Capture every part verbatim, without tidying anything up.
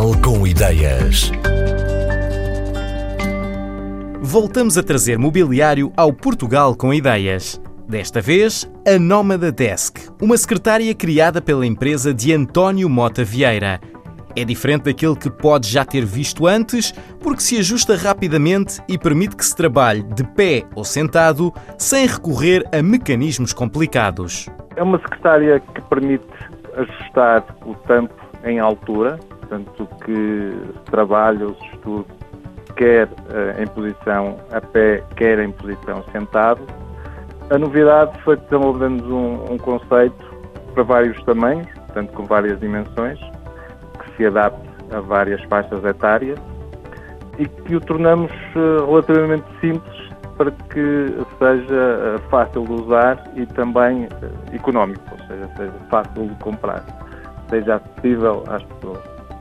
Portugal com ideias. Voltamos a trazer mobiliário ao Portugal com ideias. Desta vez, a Nómada Desk, uma secretária criada pela empresa de António Mota Vieira. É diferente daquilo que pode já ter visto antes, porque se ajusta rapidamente e permite que se trabalhe de pé ou sentado, sem recorrer a mecanismos complicados. É uma secretária que permite ajustar o tampo em altura, tanto que se trabalha ou se estuda quer em posição a pé, quer em posição sentado. A novidade foi que desenvolvemos um, um conceito para vários tamanhos, portanto com várias dimensões, que se adapte a várias faixas etárias e que o tornamos relativamente simples para que seja fácil de usar e também económico, ou seja, seja fácil de comprar, seja acessível às pessoas.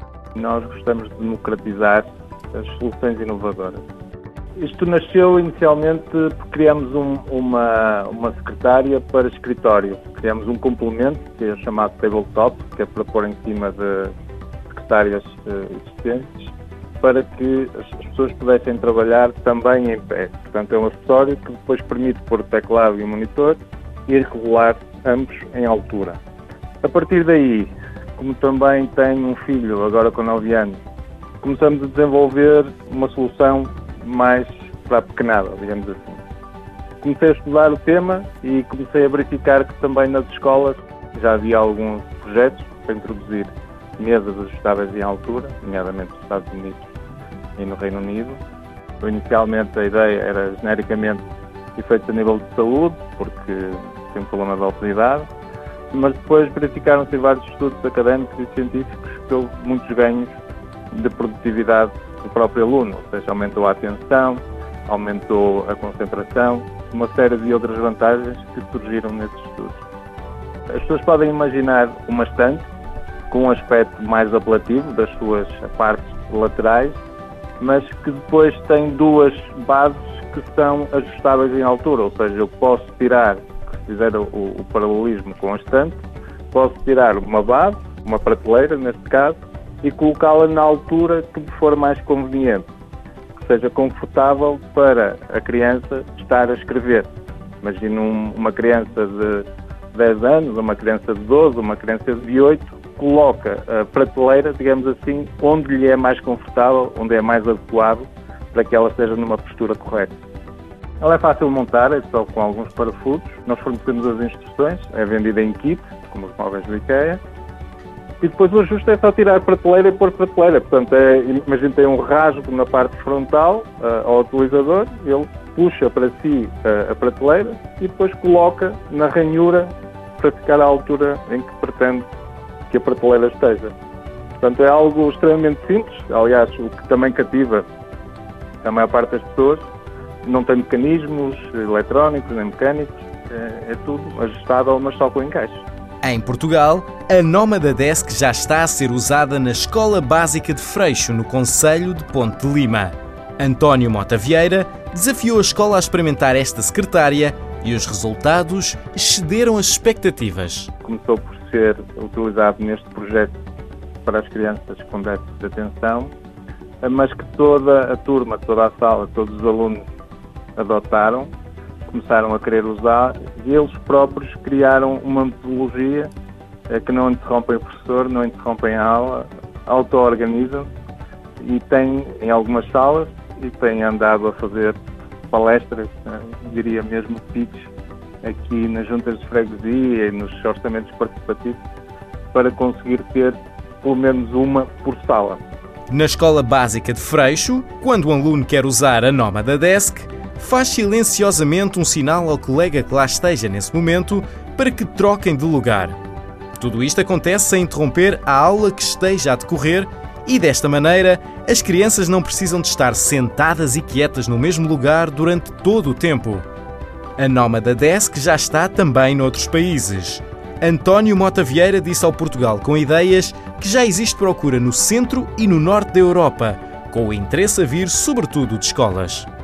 Nós gostamos de democratizar as soluções inovadoras. Isto nasceu inicialmente porque criamos um, uma, uma secretária para escritório. Criamos um complemento, que é chamado tabletop, que é para pôr em cima de secretárias existentes, para que as pessoas pudessem trabalhar também em pé. Portanto, é um acessório que depois permite pôr o teclado e o monitor e regular ambos em altura. A partir daí, como também tenho um filho, agora com nove anos, começamos a desenvolver uma solução mais para a pequenada, digamos assim. Comecei a estudar o tema e comecei a verificar que também nas escolas já havia alguns projetos para introduzir mesas ajustáveis em altura, nomeadamente nos Estados Unidos e no Reino Unido. Inicialmente a ideia era genericamente efeitos a nível de saúde, porque tem um problema de obesidade, mas depois verificaram-se vários estudos académicos e científicos que houve muitos ganhos de produtividade do próprio aluno, ou seja, aumentou a atenção, aumentou a concentração, uma série de outras vantagens que surgiram nesses estudos. As pessoas podem imaginar uma estante com um aspecto mais apelativo das suas partes laterais, mas que depois tem duas bases que são ajustáveis em altura, ou seja, eu posso tirar, se fizer o, o paralelismo com a estante, posso tirar uma base, uma prateleira neste caso, e colocá-la na altura que me for mais conveniente, que seja confortável para a criança estar a escrever. Imagina um, uma criança de dez anos, uma criança de doze, uma criança de oito, coloca a prateleira, digamos assim, onde lhe é mais confortável, onde é mais adequado para que ela esteja numa postura correta. Ela é fácil de montar, é só com alguns parafusos. Nós fornecemos as instruções, é vendida em kit, como os móveis do IKEA. E depois o ajuste é só tirar a prateleira e pôr prateleira. Portanto, é, imagina tem um rasgo na parte frontal uh, ao utilizador, ele puxa para si uh, a prateleira e depois coloca na ranhura para ficar à altura em que pretende que a prateleira esteja. Portanto, é algo extremamente simples, aliás, o que também cativa a maior parte das pessoas. Não tem mecanismos eletrónicos nem mecânicos, é, é tudo ajustável, mas só com encaixe. Em Portugal, a Nómada Desk já está a ser usada na Escola Básica de Freixo, no concelho de Ponte de Lima. António Mota Vieira desafiou a escola a experimentar esta secretária e os resultados excederam as expectativas. Começou por ser utilizado neste projeto para as crianças com déficit de atenção, mas que toda a turma, toda a sala, todos os alunos adotaram, começaram a querer usar e eles próprios criaram uma metodologia que não interrompem o professor, não interrompem a aula, auto-organizam e têm em algumas salas e têm andado a fazer palestras, diria mesmo pitch, aqui nas juntas de freguesia e nos orçamentos participativos para conseguir ter pelo menos uma por sala. Na Escola Básica de Freixo, quando um aluno quer usar a Nómada Desk, faz silenciosamente um sinal ao colega que lá esteja nesse momento para que troquem de lugar. Tudo isto acontece sem interromper a aula que esteja a decorrer e, desta maneira, as crianças não precisam de estar sentadas e quietas no mesmo lugar durante todo o tempo. A Nómada Desk já está também noutros países. António Mota Vieira disse ao Portugal com Ideias que já existe procura no centro e no norte da Europa, com o interesse a vir sobretudo de escolas.